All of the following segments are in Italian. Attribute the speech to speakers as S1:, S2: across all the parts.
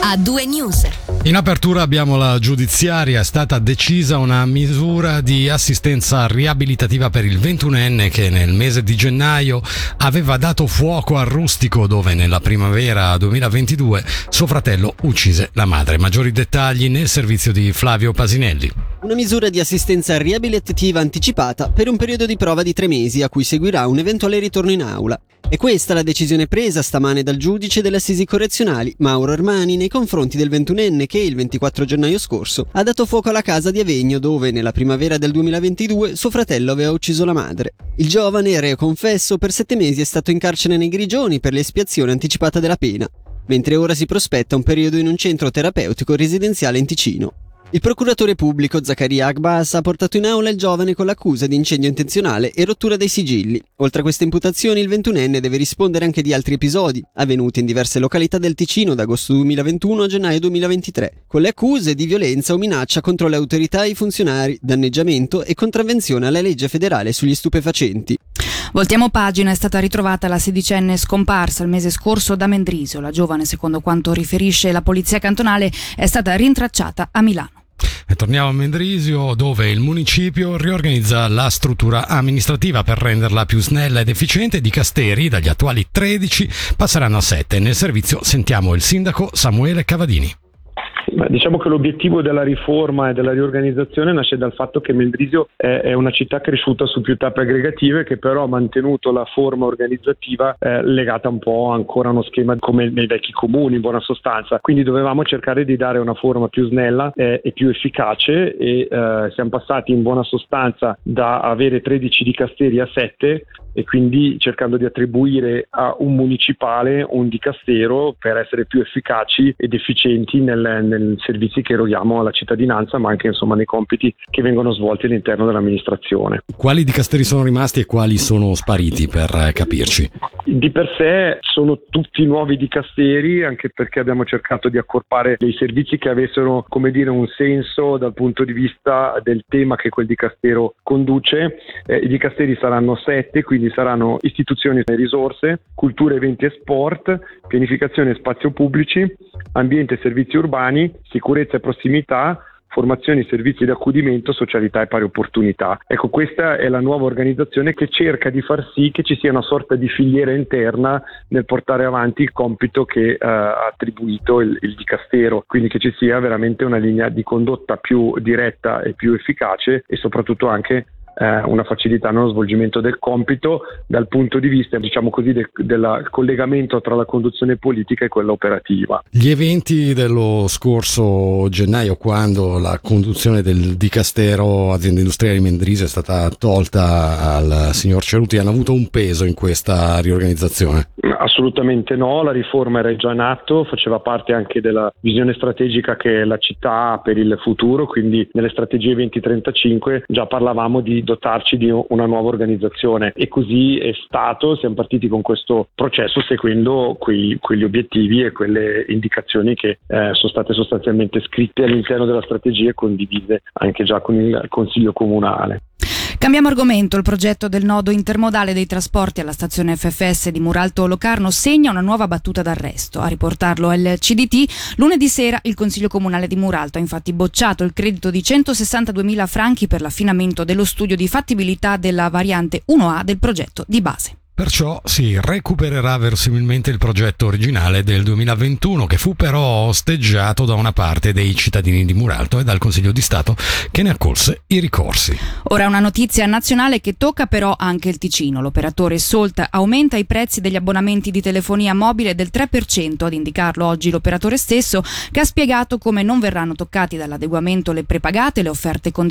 S1: A2 News.
S2: In apertura abbiamo la giudiziaria. È stata decisa una misura di assistenza riabilitativa per il 21enne che nel mese di gennaio aveva dato fuoco al Rustico, dove nella primavera 2022 suo fratello uccise la madre. Maggiori dettagli nel servizio di Flavio Pasinelli.
S3: Una misura di assistenza riabilitativa anticipata per un periodo di prova di 3 mesi a cui seguirà un eventuale ritorno in aula. È questa la decisione presa stamane dal giudice delle assisi correzionali Mauro Armani nei confronti del 21enne che il 24 gennaio scorso ha dato fuoco alla casa di Avegno, dove nella primavera del 2022 suo fratello aveva ucciso la madre. Il giovane, reo confesso, per 7 mesi è stato in carcere nei Grigioni per l'espiazione anticipata della pena, mentre ora si prospetta un periodo in un centro terapeutico residenziale in Ticino. Il procuratore pubblico Zaccaria Agbas ha portato in aula il giovane con l'accusa di incendio intenzionale e rottura dei sigilli. Oltre a queste imputazioni, il 21enne deve rispondere anche di altri episodi, avvenuti in diverse località del Ticino da agosto 2021 a gennaio 2023, con le accuse di violenza o minaccia contro le autorità e i funzionari, danneggiamento e contravvenzione alla legge federale sugli stupefacenti.
S4: Voltiamo pagina. È stata ritrovata la 16enne scomparsa il mese scorso da Mendrisio. La giovane, secondo quanto riferisce la polizia cantonale, è stata rintracciata a Milano.
S2: E torniamo a Mendrisio, dove il municipio riorganizza la struttura amministrativa per renderla più snella ed efficiente. Dicasteri dagli attuali 13 passeranno a 7. Nel servizio sentiamo il sindaco Samuele Cavadini.
S5: Diciamo che l'obiettivo della riforma e della riorganizzazione nasce dal fatto che Mendrisio è una città cresciuta su più tappe aggregative, che però ha mantenuto la forma organizzativa legata un po' ancora a uno schema come nei vecchi comuni, in buona sostanza. Quindi dovevamo cercare di dare una forma più snella e più efficace e siamo passati in buona sostanza da avere 13 dicasteri a 7, e quindi cercando di attribuire a un municipale un dicastero per essere più efficaci ed efficienti nei servizi che eroghiamo alla cittadinanza, ma anche insomma nei compiti che vengono svolti all'interno dell'amministrazione.
S2: Quali dicasteri sono rimasti e quali sono spariti, per capirci?
S5: Di per sé sono tutti nuovi dicasteri, anche perché abbiamo cercato di accorpare dei servizi che avessero, come dire, un senso dal punto di vista del tema che quel dicastero conduce. I dicasteri saranno 7, quindi saranno istituzioni e risorse, cultura, eventi e sport, pianificazione e spazio pubblici, ambiente e servizi urbani, sicurezza e prossimità, formazione e servizi di accudimento, socialità e pari opportunità. Ecco, questa è la nuova organizzazione che cerca di far sì che ci sia una sorta di filiera interna nel portare avanti il compito che ha attribuito il dicastero, quindi che ci sia veramente una linea di condotta più diretta e più efficace e soprattutto anche una facilità nello svolgimento del compito dal punto di vista, diciamo così, del collegamento tra la conduzione politica e quella operativa.
S2: Gli eventi dello scorso gennaio, quando la conduzione del dicastero azienda industriale di Mendrisio è stata tolta al signor Ceruti, hanno avuto un peso in questa riorganizzazione?
S5: Assolutamente no, la riforma era già in atto, faceva parte anche della visione strategica che la città ha per il futuro, quindi nelle strategie 2035 già parlavamo di dotarci di una nuova organizzazione e così è stato. Siamo partiti con questo processo seguendo quegli obiettivi e quelle indicazioni che sono state sostanzialmente scritte all'interno della strategia e condivise anche già con il Consiglio Comunale.
S4: Cambiamo argomento. Il progetto del nodo intermodale dei trasporti alla stazione FFS di Muralto Locarno segna una nuova battuta d'arresto. A riportarlo al CDT, lunedì sera il Consiglio Comunale di Muralto ha infatti bocciato il credito di 162.000 franchi per l'affinamento dello studio di fattibilità della variante 1A del progetto di base.
S2: Perciò si recupererà verosimilmente il progetto originale del 2021, che fu però osteggiato da una parte dei cittadini di Muralto e dal Consiglio di Stato, che ne accolse i ricorsi.
S4: Ora una notizia nazionale che tocca però anche il Ticino. L'operatore Salt aumenta i prezzi degli abbonamenti di telefonia mobile del 3%, ad indicarlo oggi l'operatore stesso, che ha spiegato come non verranno toccati dall'adeguamento le prepagate, le offerte con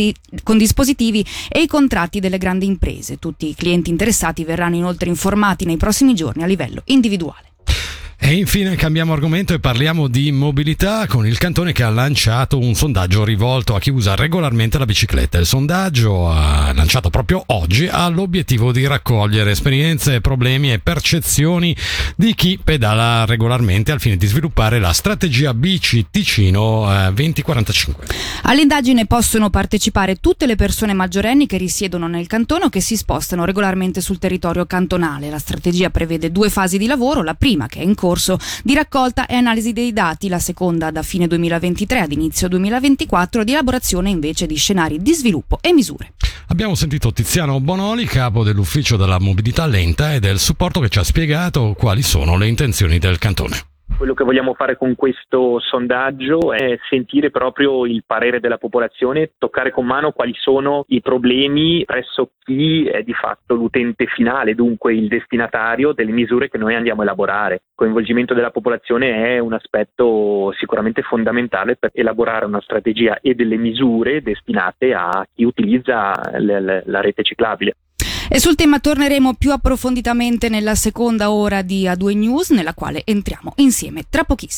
S4: dispositivi e i contratti delle grandi imprese. Tutti i clienti interessati verranno inoltre informati nei prossimi giorni a livello individuale.
S2: E infine cambiamo argomento e parliamo di mobilità, con il Cantone che ha lanciato un sondaggio rivolto a chi usa regolarmente la bicicletta. Il sondaggio, lanciato proprio oggi, ha l'obiettivo di raccogliere esperienze, problemi e percezioni di chi pedala regolarmente al fine di sviluppare la strategia Bici Ticino 2045.
S4: All'indagine possono partecipare tutte le persone maggiorenni che risiedono nel cantone o che si spostano regolarmente sul territorio cantonale. La strategia prevede 2 fasi di lavoro, la prima, che è in corso, percorso di raccolta e analisi dei dati, la seconda da fine 2023 ad inizio 2024, di elaborazione invece di scenari di sviluppo e misure.
S2: Abbiamo sentito Tiziano Bonoli, capo dell'ufficio della mobilità lenta e del supporto, che ci ha spiegato quali sono le intenzioni del cantone.
S1: Quello che vogliamo fare con questo sondaggio è sentire proprio il parere della popolazione, toccare con mano quali sono i problemi presso chi è di fatto l'utente finale, dunque il destinatario delle misure che noi andiamo a elaborare. Il coinvolgimento della popolazione è un aspetto sicuramente fondamentale per elaborare una strategia e delle misure destinate a chi utilizza la rete ciclabile.
S4: E sul tema torneremo più approfonditamente nella seconda ora di A2 News, nella quale entriamo insieme tra pochissimo.